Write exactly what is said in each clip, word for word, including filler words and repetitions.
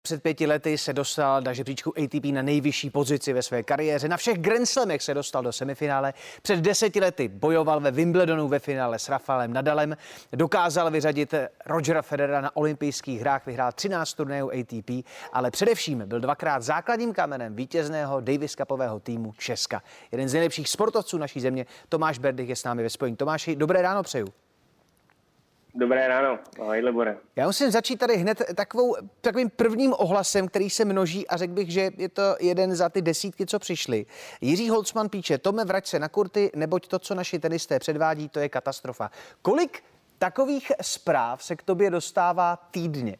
Před pěti lety se dostal na žebříčku A T P na nejvyšší pozici ve své kariéře. Na všech Grand Slamech se dostal do semifinále. Před deseti lety bojoval ve Wimbledonu ve finále s Rafaelem Nadalem. Dokázal vyřadit Rogera Federera na olympijských hrách, vyhrál třináct turnajů A T P, ale především byl dvakrát základním kamenem vítězného Davis Cupového týmu Česka. Jeden z nejlepších sportovců naší země, Tomáš Berdych, je s námi ve spojení. Tomáši, dobré ráno přeju. Dobré ráno, ahoj Libore. Já musím začít tady hned takovou, takovým prvním ohlasem, který se množí a řekl bych, že je to jeden za ty desítky, co přišly. Jiří Holcman píše: Tome, vrať se na kurty, neboť to, co naši tenisté předvádí, to je katastrofa. Kolik takových zpráv se k tobě dostává týdně?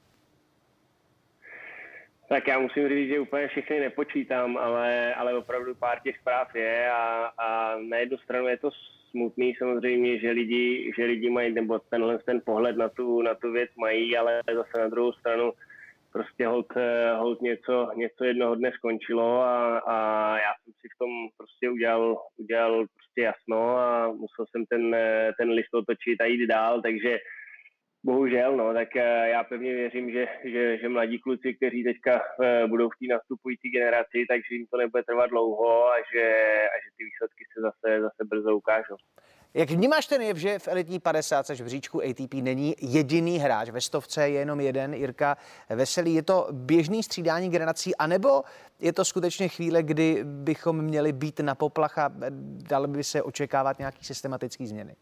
Tak já musím říct, že úplně všechny nepočítám, ale, ale opravdu pár těch zpráv je a, a na jednu stranu je to smutný samozřejmě, že lidi, že lidi mají, nebo tenhle ten pohled na tu, na tu věc mají, ale zase na druhou stranu prostě hold, hold něco, něco jednoho dne skončilo a, a já jsem si v tom prostě udělal, udělal prostě jasno a musel jsem ten, ten list otočit a jít dál, takže bohužel, no, tak já pevně věřím, že, že, že mladí kluci, kteří teďka budou v té nastupující generaci, takže jim to nebude trvat dlouho a že, a že ty výsledky se zase, zase brzo ukážou. Jak vnímáš ten jev, že v elitní padesátce žebříčku A T P není jediný hráč, ve stovce je jenom jeden, Jirka Veselý? Je to běžný střídání generací, anebo je to skutečně chvíle, kdy bychom měli být na poplach a dalo by se očekávat nějaký systematický změny?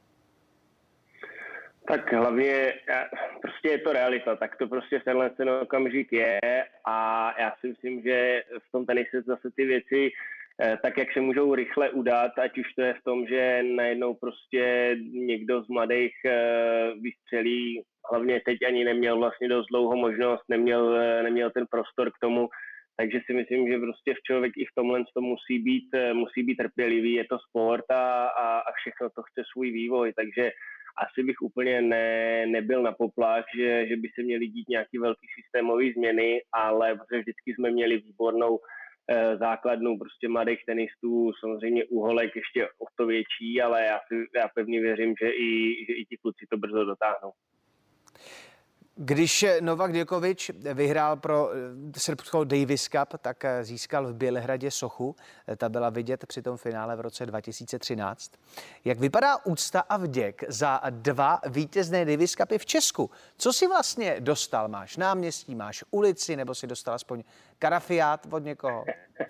Tak hlavně prostě je to realita, tak to prostě v tenhle ten okamžik je a já si myslím, že v tom tenise zase ty věci tak, jak se můžou rychle udat, ať už to je v tom, že najednou prostě někdo z mladých vystřelí, hlavně teď ani neměl vlastně dost dlouho možnost, neměl, neměl ten prostor k tomu, takže si myslím, že prostě v člověk i v tomhle to musí být, musí být trpělivý, je to sport a, a, a všechno to chce svůj vývoj, takže asi bych úplně ne, nebyl na poplach, že, že by se měly dít nějaký velký systémový změny, ale protože vždycky jsme měli výbornou eh, základnu prostě mladých tenistů, samozřejmě úholek ještě o to větší, ale já, já pevně věřím, že i, že i ti kluci to brzo dotáhnou. Když Novak Djokovic vyhrál pro srbskou Davis Cup, tak získal v Bělehradě sochu. Ta byla vidět při tom finále v roce dva tisíce třináct. Jak vypadá úcta a vděk za dva vítězné Davis Cupy v Česku? Co si vlastně dostal? Máš náměstí, máš ulici, nebo si dostal aspoň karafiát od někoho?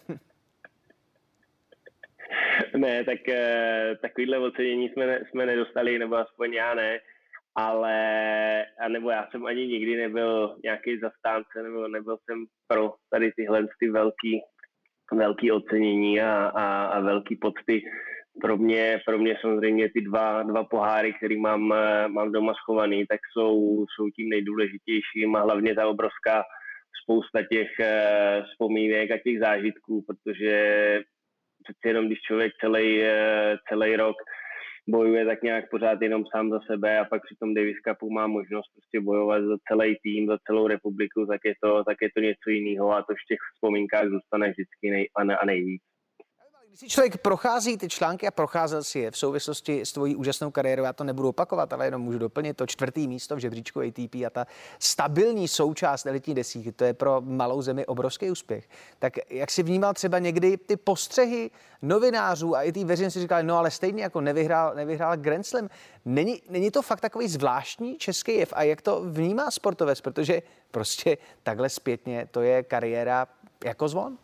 Ne, tak takovýhle ocenění jsme, jsme nedostali, nebo aspoň já ne. Ale, a nebo já jsem ani nikdy nebyl nějaký zastánce, nebo nebyl jsem pro tady tyhle ty velký, velký ocenění a, a, a velký pocty. Pro mě, pro mě samozřejmě ty dva, dva poháry, který mám, mám doma schovaný, tak jsou, jsou tím nejdůležitějším a hlavně ta obrovská spousta těch vzpomínek a těch zážitků, protože přece jenom, když člověk celý, celý rok bojuje tak nějak pořád jenom sám za sebe a pak při tom Davis Cupu má možnost prostě bojovat za celý tým, za celou republiku, tak je to, tak je to něco jiného a to v těch vzpomínkách zůstane vždycky nej, a nejvíc. Když si člověk prochází ty články a procházel si je v souvislosti s tvojí úžasnou kariérou, já to nebudu opakovat, ale jenom můžu doplnit to čtvrtý místo v žebříčku A T P a ta stabilní součást elitní desítky, to je pro malou zemi obrovský úspěch. Tak jak si vnímal třeba někdy ty postřehy novinářů a i ty veřejnosti říkali, no ale stejně jako nevyhrál, nevyhrál Grand Slam. Není, není to fakt takový zvláštní český jev a jak to vnímá sportovec, protože prostě takhle zpětně to je kariéra jako zvon?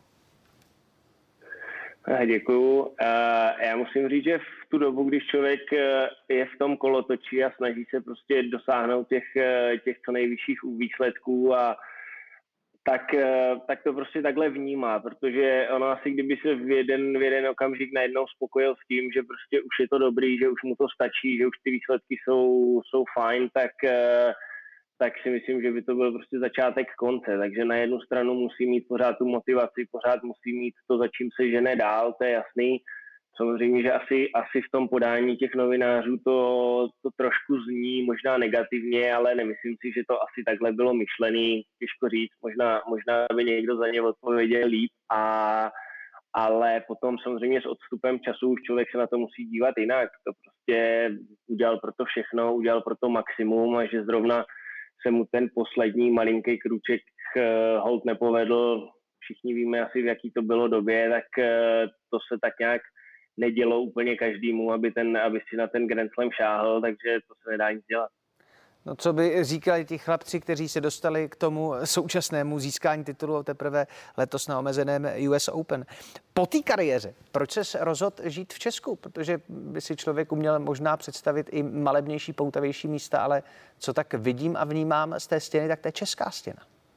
Děkuju. Já musím říct, že v tu dobu, když člověk je v tom kolotočí a snaží se prostě dosáhnout těch, těch co nejvyšších výsledků, a tak, tak to prostě takhle vnímá, protože ono asi kdyby se v jeden, v jeden okamžik najednou spokojil s tím, že prostě už je to dobrý, že už mu to stačí, že už ty výsledky jsou, jsou fajn, tak tak si myslím, že by to byl prostě začátek konce. Takže na jednu stranu musí mít pořád tu motivaci, pořád musí mít to, za čím se žene dál, to je jasný. Samozřejmě, že asi, asi v tom podání těch novinářů to, to trošku zní možná negativně, ale nemyslím si, že to asi takhle bylo myšlený, těžko říct. Možná, možná by někdo za ně odpověděl líp, a, ale potom samozřejmě s odstupem času už člověk se na to musí dívat jinak. To prostě udělal pro to všechno, udělal pro to maximum a že zrovna se mu ten poslední malinký krůček hold nepovedl. Všichni víme asi, v jaký to bylo době, tak to se tak nějak nedělo úplně každému, aby, ten, aby si na ten Grand Slam šáhl, takže to se nedá nic dělat. No, co by říkali ti chlapci, kteří se dostali k tomu současnému získání titulu teprve letos na omezeném U S Open. Po té kariéře, proč ses rozhodl žít v Česku? Protože by si člověk uměl možná představit i malebnější, poutavější místa, ale co tak vidím a vnímám z té stěny, tak to je česká stěna.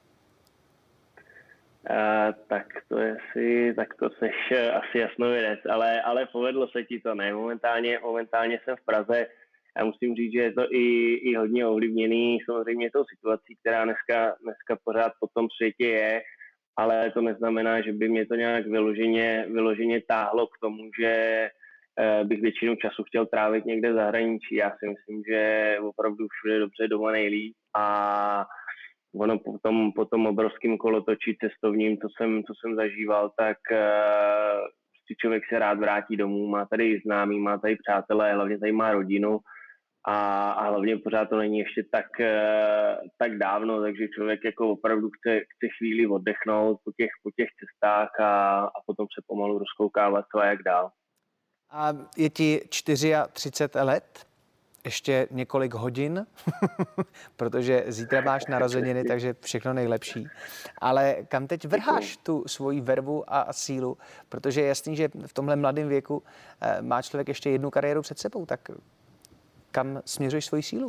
Uh, tak to je si, tak to seš uh, asi jasnovidec, ale, ale povedlo se ti to, ne? Momentálně, momentálně jsem v Praze. Já musím říct, že je to i, i hodně ovlivněný samozřejmě tou situací, která dneska, dneska pořád po tom světě je, ale to neznamená, že by mě to nějak vyloženě, vyloženě táhlo k tomu, že uh, bych většinu času chtěl trávit někde v zahraničí. Já si myslím, že opravdu všude dobře doma nejlíp a ono po tom, po tom obrovském kolotoči cestovním, co jsem, co jsem zažíval, tak uh, člověk se rád vrátí domů, má tady známý, má tady přátelé, hlavně tady má rodinu a, a hlavně pořád to není ještě tak, uh, tak dávno, takže člověk jako opravdu chce, chce chvíli oddechnout po těch, po těch cestách a, a potom se pomalu rozkoukávat, co a jak dál. A je ti třicet čtyři let? Ještě několik hodin, protože zítra máš narozeniny, takže všechno nejlepší. Ale kam teď vrháš tu svoji vervu a sílu? Protože je jasný, že v tomhle mladém věku má člověk ještě jednu kariéru před sebou, tak kam směřuješ svoji sílu?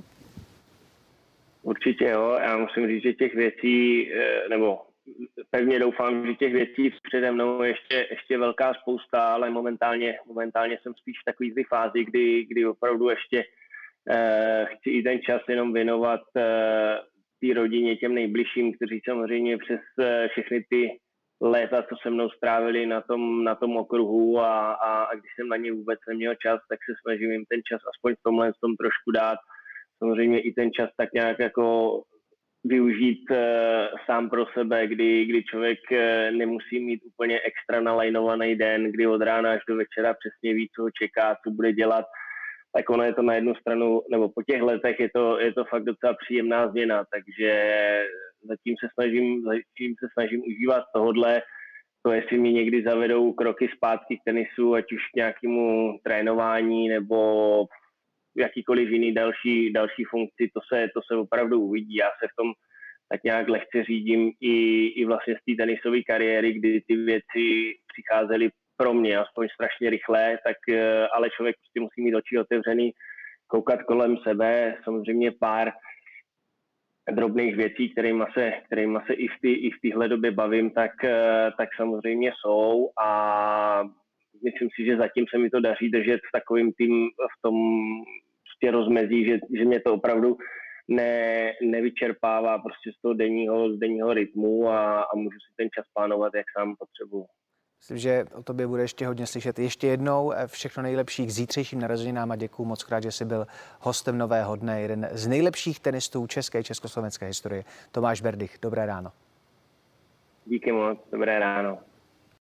Určitě jo, já musím říct, že těch věcí, nebo pevně doufám, že těch věcí přede mnou je ještě, ještě velká spousta, ale momentálně, momentálně jsem spíš v takové fázi, kdy, kdy opravdu ještě Uh, chci i ten čas jenom věnovat uh, té rodině, těm nejbližším, kteří samozřejmě přes uh, všechny ty léta, co se mnou strávili na tom, na tom okruhu a, a, a když jsem na ně vůbec neměl čas, tak se snažím jim ten čas aspoň v tomhle v tom trošku dát. Samozřejmě i ten čas tak nějak jako využít uh, sám pro sebe, kdy, kdy člověk uh, nemusí mít úplně extra nalajnovaný den, kdy od rána až do večera přesně ví, co ho čeká, co bude dělat. Tak ono je to na jednu stranu, nebo po těch letech je to, je to fakt docela příjemná změna, takže zatím se snažím, zatím se snažím užívat tohodle, to jestli mi někdy zavedou kroky zpátky k tenisu, ať už k nějakému trénování nebo jakýkoliv jiný další, další funkci, to se, to se opravdu uvidí. Já se v tom tak nějak lehce řídím i, i vlastně z té tenisové kariéry, kdy ty věci přicházely pro mě aspoň strašně rychle, tak ale člověk prostě musí mít oči otevřený, koukat kolem sebe, samozřejmě pár drobných věcí, kterýma se, kterýma se i v, tý, i v téhle době bavím, tak, tak samozřejmě jsou a myslím si, že zatím se mi to daří držet v takovým tým, v tom prostě rozmezí, že, že mě to opravdu ne, nevyčerpává prostě z toho denního, z denního rytmu a, a můžu si ten čas plánovat, jak sám potřebuji. Myslím, že o tobě bude ještě hodně slyšet. Ještě jednou všechno nejlepší k zítřejším narozeninám a děkuju moc krát, že jsi byl hostem Nového dne. Jeden z nejlepších tenistů české československé historie. Tomáš Berdych, dobré ráno. Díky moc, dobré ráno.